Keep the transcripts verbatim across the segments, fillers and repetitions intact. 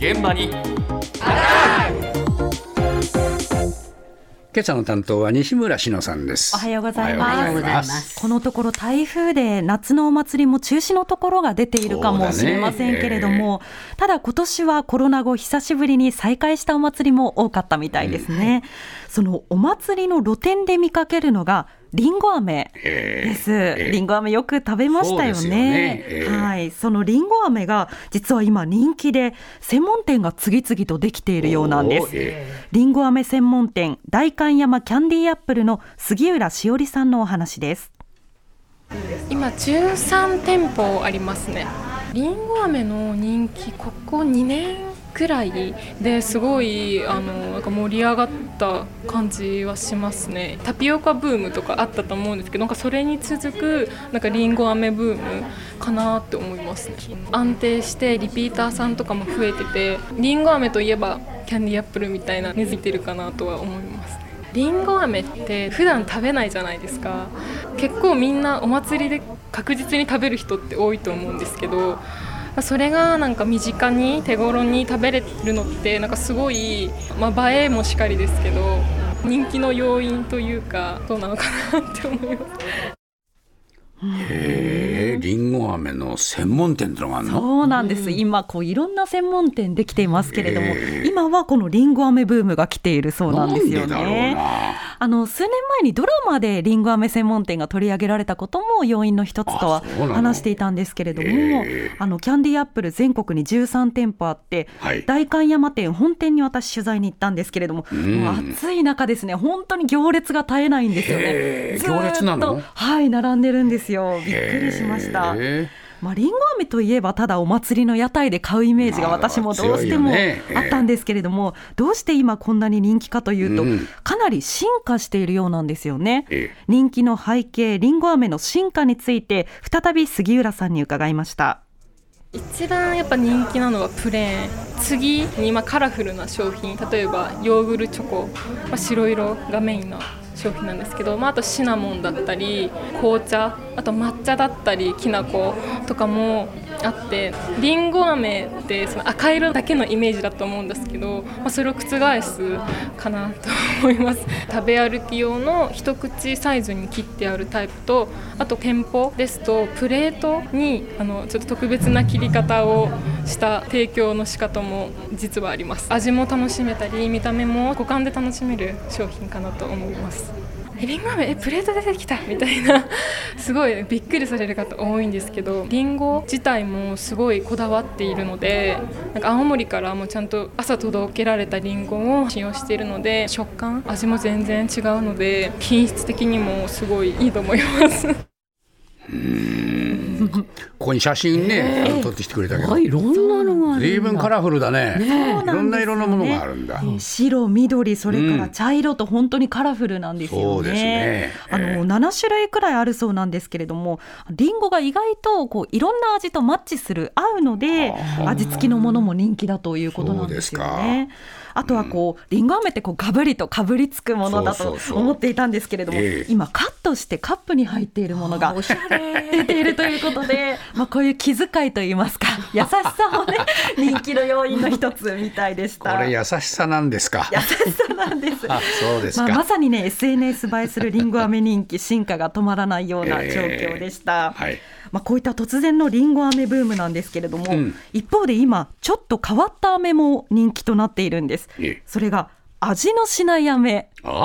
現場に今朝の担当は西村篠さんです。 おはようございます。 おはようございます。 このところ台風で夏のお祭りも中止のところが出ているかもしれませんけれども、ねえー、ただ今年はコロナ後久しぶりに再開したお祭りも多かったみたいですね、うん、そのお祭りの露店で見かけるのがりんご飴です、えー、りんご飴よく食べましたよね。 そうですよね、えーはい、そのりんご飴が実は今人気で専門店が次々とできているようなんです。えー、りんご飴専門店代官山キャンディーアップルの杉浦しおりさんのお話です。 今じゅうさんてんぽありますね。りんご飴の人気ここにねんくらいですごいあのなんか盛り上がった感じはしますね。タピオカブームとかあったと思うんですけど、なんかそれに続くなんかりんご飴ブームかなって思いますね。安定してリピーターさんとかも増えてて、りんご飴といえばキャンディーアップルみたいな根付いてるかなとは思います。りんご飴って普段食べないじゃないですか。結構みんなお祭りで確実に食べる人って多いと思うんですけど、それがなんか身近に手頃に食べれるのってなんかすごい、まあ、映えもしかりですけど人気の要因というかどうなのかなって思います。 へー、りんご飴の専門店ってのがあるの？ そうなんです。今こういろんな専門店できていますけれども、今はこのりんご飴ブームが来ているそうなんですよね。 なんでだろうな。 あの数年前にドラマでりんご飴専門店が取り上げられたことも要因の一つとは話していたんですけれども、あのキャンディーアップル全国にじゅうさんてんぽあって、はい、代官山店本店に私取材に行ったんですけれども、もう暑い中ですね、本当に行列が絶えないんですよね。ずっと行列なの？ はい、並んでるんですよ。びっくりしました。まあ、りんご飴といえばただお祭りの屋台で買うイメージが私もどうしてもあったんですけれども、どうして今こんなに人気かというと、かなり進化しているようなんですよね。人気の背景、りんご飴の進化について再び杉浦さんに伺いました。 一番やっぱ人気なのはプレーン、次に今カラフルな商品、例えばヨーグルチョコ、まあ、白色がメインの商品なんですけど、まあ、あとシナモンだったり紅茶、あと抹茶だったりきな粉とかもあって、りんご飴ってその赤色だけのイメージだと思うんですけど、まあ、それを覆すかなと思います。食べ歩き用の一口サイズに切ってあるタイプと、あと店舗ですとプレートにあのちょっと特別な切り方をした提供の仕方も実はあります。味も楽しめたり見た目も五感で楽しめる商品かなと思います。りんご飴えプレート出てきたみたいなすごいびっくりされる方多いんですけど、りんご自体もすごいこだわっているので、なんか青森からもちゃんと朝届けられたりんごを使用しているので、食感味も全然違うので品質的にもすごいいいと思いますうーんここに写真ね、えー、撮ってきてくれたけど、 いろんなのがあるんだ。 随分カラフルだ ね, ねいろんな色のものがあるんだ、 ね、白、緑、それから茶色と本当にカラフルなんですよね、うん、そうですね、あのななしゅるいくらいあるそうなんですけれども、リンゴが意外とこういろんな味とマッチする、合うので味付きのものも人気だということなんですよね。あとはこうりんご飴ってこうガブリとかぶりつくものだと思っていたんですけれども、そうそうそう、えー、今カットしてカップに入っているものが出ているということで、まあ、こういう気遣いといいますか優しさもね人気の要因の一つみたいでした。 これ優しさなんですか？ 優しさなんですあ、そうですか。 まあ、まさにね エスエヌエス 映えするりんご飴人気進化が止まらないような状況でした、えーはい、まあ、こういった突然のりんご飴ブームなんですけれども、うん、一方で今ちょっと変わった飴も人気となっているんです。それが味のしない飴。あ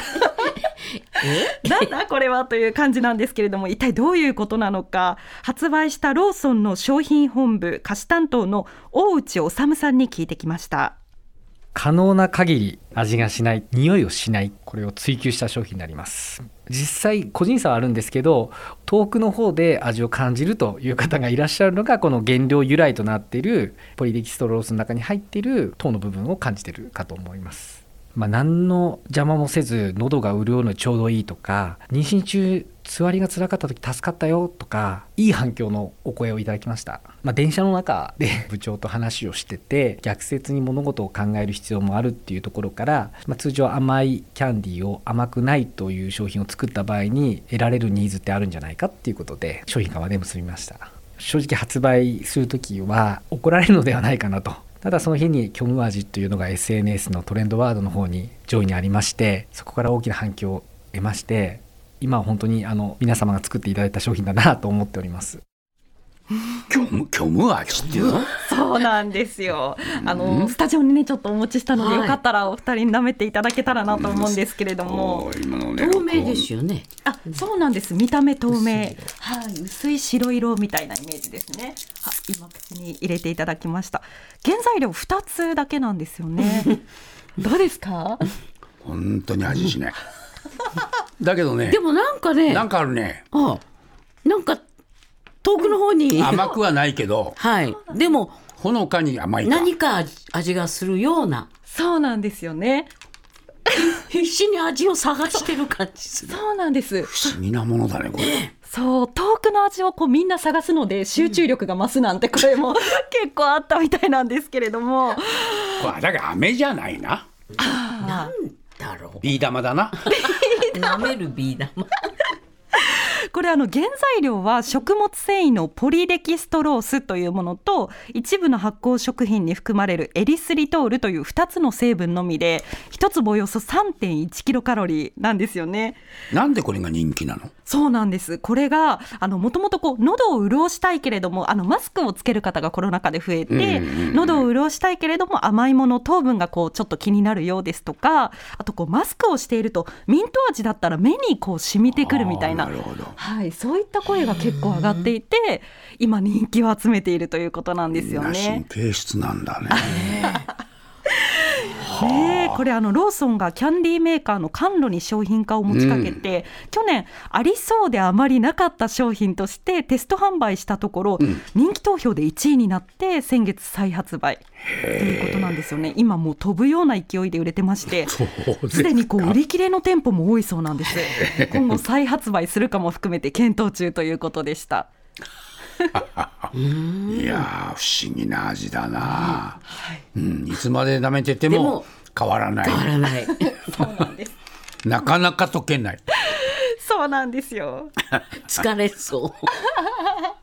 なんだこれはという感じなんですけれども、一体どういうことなのか、発売したローソンの商品本部菓子担当の大内治さんに聞いてきました。 可能な限り味がしない、匂いをしない、これを追求した商品になります。実際個人差はあるんですけど、遠くの方で味を感じるという方がいらっしゃるのが、この原料由来となっているポリデキストロースの中に入っている糖の部分を感じているかと思います。まあ、何の邪魔もせず喉が潤うのにちょうどいいとか、妊娠中つわりが辛かった時助かったよとか、いい反響のお声をいただきました。まあ、電車の中で部長と話をしてて、逆説に物事を考える必要もあるっていうところから、まあ、通常甘いキャンディーを甘くないという商品を作った場合に得られるニーズってあるんじゃないかっていうことで商品化まで結びました。正直発売するときは怒られるのではないかなと、 ただその日に虚無味というのが エスエヌエス のトレンドワードの方に上位にありまして、そこから大きな反響を得まして、今は本当にあの皆様が作っていただいた商品だなと思っております。 虚無、虚無味っていうの？ そうなんですよ。あのスタジオにねちょっとお持ちしたので、よかったらお二人に舐めていただけたらなと思うんですけれども、 今のね、 透明ですよね。 あ、そうなんです。見た目透明、はい、薄い白色みたいなイメージですね。は今口に入れていただきました。原材料ふたつだけなんですよね。どうですか？ 本当に味しないだけどね、 でもなんかね、 なんかあるね。 あなんか遠くの方に甘くはないけどはい、でもほのかに甘いか。 何か味味がするような、 そうなんですよね。 必死に味を探してる感じする。 そうなんです。 不思議なものだねこれ。 そう、遠くの味をこうみんな探すので集中力が増すなんて声も結構あったみたいなんですけれども、 これだから飴じゃないな。 なんだろう、 ビー玉だな舐めるビー玉これあの原材料は食物繊維のポリデキストロースというものと、一部の発酵食品に含まれるエリスリトールというふたつの成分のみで、ひとつおよそ さんてんいちキロカロリーなんですよね。 なんでこれが人気なの？ そうなんです。これがもともと喉を潤したいけれども、あのマスクをつける方がコロナ禍で増えて、うんうんうん、喉を潤したいけれども甘いもの、糖分がこうちょっと気になるようですとか、あとこうマスクをしているとミント味だったら目にこう染みてくるみたいな、 なるほど、 はい、そういった声が結構上がっていて、今人気を集めているということなんですよね。 神経質なんだねねえ、これあのローソンがキャンディーメーカーの甘露に商品化を持ちかけて、うん、去年ありそうであまりなかった商品としてテスト販売したところ、うん、人気投票でいちいになって先月再発売ということなんですよね。今もう飛ぶような勢いで売れてまして、すでにこう売り切れの店舗も多いそうなんです。今後再発売するかも含めて検討中ということでしたいや不思議な味だな、はいうん、いつまで舐めてても変わらない。 変わらないそうなんです。 なかなか溶けない。 そうなんですよ。 疲れそう